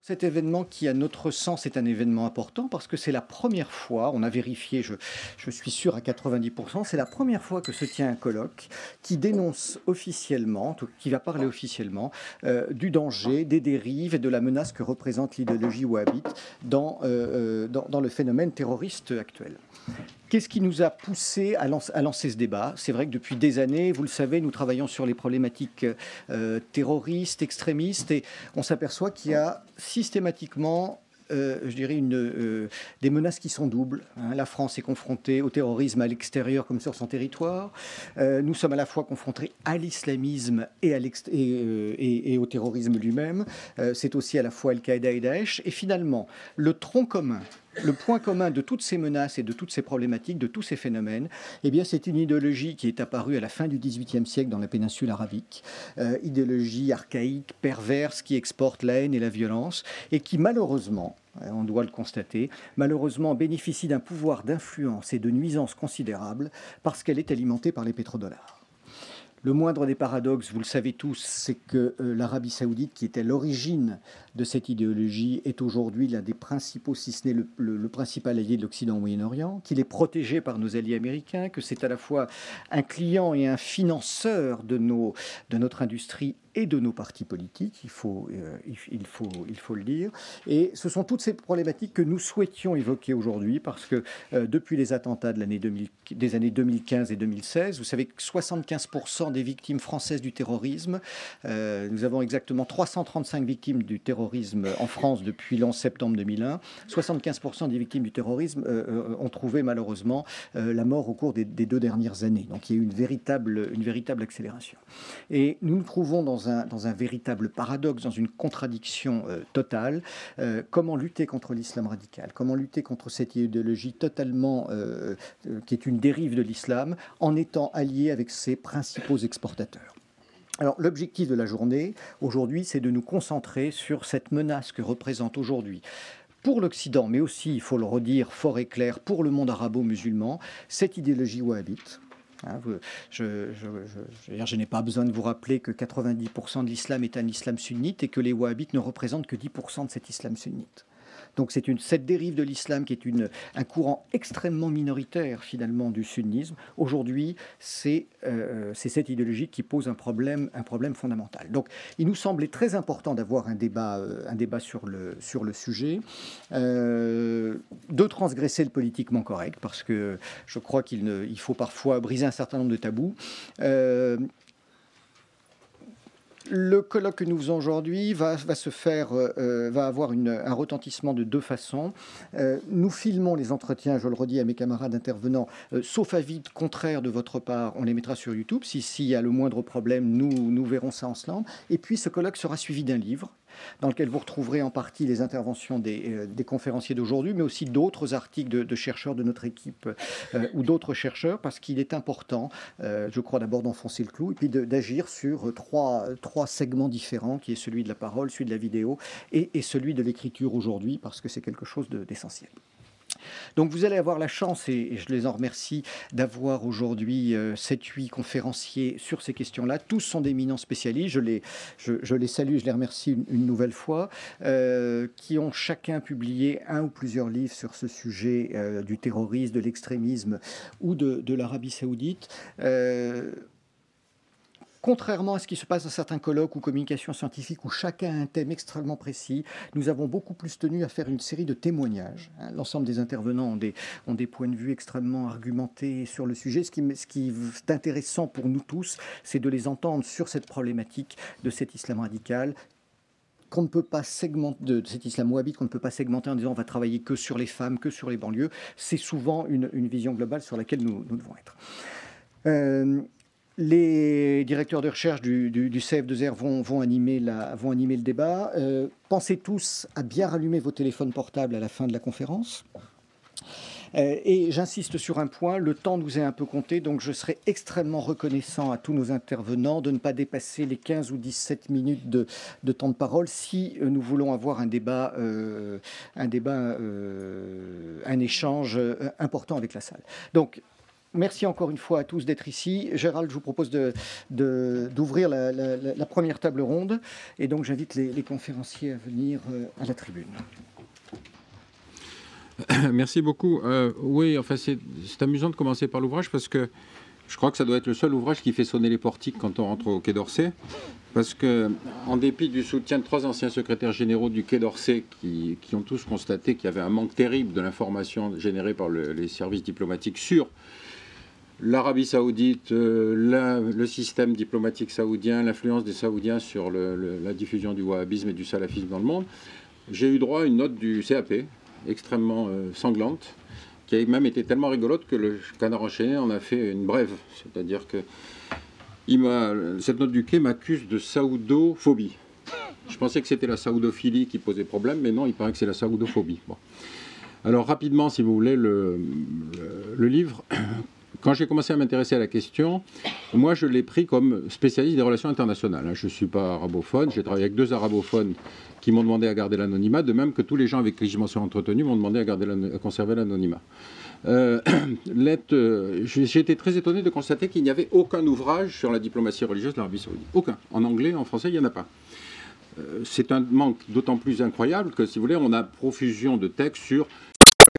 Cet événement qui, à notre sens, est un événement important parce que c'est la première fois, on a vérifié, je suis sûr à 90%, c'est la première fois que se tient un colloque qui dénonce officiellement, qui va parler officiellement du danger, des dérives et de la menace que représente l'idéologie wahhabite dans le phénomène terroriste actuel. Qu'est-ce qui nous a poussé à lancer ce débat? C'est vrai que depuis des années, vous le savez, nous travaillons sur les problématiques terroristes, extrémistes, et on s'aperçoit qu'il y a systématiquement je dirais des menaces qui sont doubles. La France est confrontée au terrorisme à l'extérieur comme sur son territoire. Nous sommes à la fois confrontés à l'islamisme et au terrorisme lui-même. C'est aussi à la fois Al-Qaïda et Daesh. Et finalement, le tronc commun, le point commun de toutes ces menaces et de toutes ces problématiques, de tous ces phénomènes, eh bien, c'est une idéologie qui est apparue à la fin du XVIIIe siècle dans la péninsule arabique, idéologie archaïque, perverse, qui exporte la haine et la violence, et qui malheureusement, on doit le constater, malheureusement bénéficie d'un pouvoir d'influence et de nuisance considérable parce qu'elle est alimentée par les pétrodollars. Le moindre des paradoxes, vous le savez tous, c'est que l'Arabie saoudite, qui était l'origine de cette idéologie, est aujourd'hui l'un des principaux, si ce n'est le principal allié de l'Occident au Moyen-Orient, qu'il est protégé par nos alliés américains, que c'est à la fois un client et un financeur de notre industrie et de nos partis politiques, il faut le dire. Et ce sont toutes ces problématiques que nous souhaitions évoquer aujourd'hui, parce que depuis les attentats des années 2015 et 2016, vous savez que 75% des victimes françaises du terrorisme, nous avons exactement 335 victimes du terrorisme en France depuis le 11 septembre 2001, 75% des victimes du terrorisme ont trouvé malheureusement la mort au cours des 2 dernières années. Donc il y a eu une véritable accélération. Et nous nous trouvons dans un véritable paradoxe, dans une contradiction totale. Comment lutter contre l'islam radical? Comment lutter contre cette idéologie totalement qui est une dérive de l'islam en étant allié avec ses principaux exportateurs? Alors l'objectif de la journée aujourd'hui, c'est de nous concentrer sur cette menace que représente aujourd'hui pour l'Occident, mais aussi, il faut le redire fort et clair, pour le monde arabo-musulman, cette idéologie wahhabite. Je n'ai pas besoin de vous rappeler que 90% de l'islam est un islam sunnite et que les wahhabites ne représentent que 10% de cet islam sunnite. Donc c'est cette dérive de l'islam qui est un courant extrêmement minoritaire finalement du sunnisme. Aujourd'hui, c'est cette idéologie qui pose un problème fondamental. Donc il nous semblait très important d'avoir un débat sur le sujet, de transgresser le politiquement correct, parce que je crois qu'il faut parfois briser un certain nombre de tabous. Le colloque que nous faisons aujourd'hui va avoir un retentissement de 2 façons. Nous filmons les entretiens, je le redis à mes camarades intervenants, sauf avis contraire de votre part, on les mettra sur YouTube. S'il y a le moindre problème, nous verrons ça en slam. Et puis ce colloque sera suivi d'un livre dans lequel vous retrouverez en partie les interventions des conférenciers d'aujourd'hui, mais aussi d'autres articles de chercheurs de notre équipe ou d'autres chercheurs, parce qu'il est important, je crois, d'abord d'enfoncer le clou et puis d'agir sur trois segments différents, qui est celui de la parole, celui de la vidéo et celui de l'écriture aujourd'hui, parce que c'est quelque chose d'essentiel. Donc vous allez avoir la chance, et je les en remercie, d'avoir aujourd'hui 7-8 conférenciers sur ces questions-là. Tous sont d'éminents spécialistes. Je les salue, je les remercie une nouvelle fois, qui ont chacun publié un ou plusieurs livres sur ce sujet du terrorisme, de l'extrémisme ou de l'Arabie saoudite. Contrairement à ce qui se passe dans certains colloques ou communications scientifiques où chacun a un thème extrêmement précis, nous avons beaucoup plus tenu à faire une série de témoignages. L'ensemble des intervenants ont des points de vue extrêmement argumentés sur le sujet. Ce qui est intéressant pour nous tous, c'est de les entendre sur cette problématique de cet islam radical qu'on ne peut pas segmenter, de cet islam wahhabite, qu'on ne peut pas segmenter en disant on va travailler que sur les femmes, que sur les banlieues. C'est souvent une vision globale sur laquelle nous devons être. Les directeurs de recherche du CF2R vont animer le débat. Pensez tous à bien rallumer vos téléphones portables à la fin de la conférence. Et j'insiste sur un point, le temps nous est un peu compté, donc je serai extrêmement reconnaissant à tous nos intervenants de ne pas dépasser les 15 ou 17 minutes de temps de parole si nous voulons avoir un échange important avec la salle. Donc, merci encore une fois à tous d'être ici. Gérald, je vous propose d'ouvrir la première table ronde. Et donc, j'invite les conférenciers à venir à la tribune. Merci beaucoup. Oui, enfin, c'est amusant de commencer par l'ouvrage parce que je crois que ça doit être le seul ouvrage qui fait sonner les portiques quand on rentre au Quai d'Orsay. Parce que, en dépit du soutien de 3 anciens secrétaires généraux du Quai d'Orsay qui ont tous constaté qu'il y avait un manque terrible de l'information générée par les services diplomatiques sur l'Arabie saoudite, le système diplomatique saoudien, l'influence des Saoudiens sur la diffusion du wahhabisme et du salafisme dans le monde, j'ai eu droit à une note du CAP extrêmement sanglante, qui a même été tellement rigolote que le Canard enchaîné en a fait une brève. C'est-à-dire que cette note du Quai m'accuse de saoudophobie. Je pensais que c'était la saoudophilie qui posait problème, mais non, il paraît que c'est la saoudophobie. Bon. Alors rapidement, si vous voulez, le livre, quand j'ai commencé à m'intéresser à la question, moi je l'ai pris comme spécialiste des relations internationales. Je ne suis pas arabophone, j'ai travaillé avec 2 arabophones qui m'ont demandé à garder l'anonymat, de même que tous les gens avec qui je m'en suis entretenu m'ont demandé à conserver l'anonymat. J'ai été très étonné de constater qu'il n'y avait aucun ouvrage sur la diplomatie religieuse de l'Arabie saoudite. Aucun. En anglais, en français, il n'y en a pas. C'est un manque d'autant plus incroyable que, si vous voulez, on a profusion de textes sur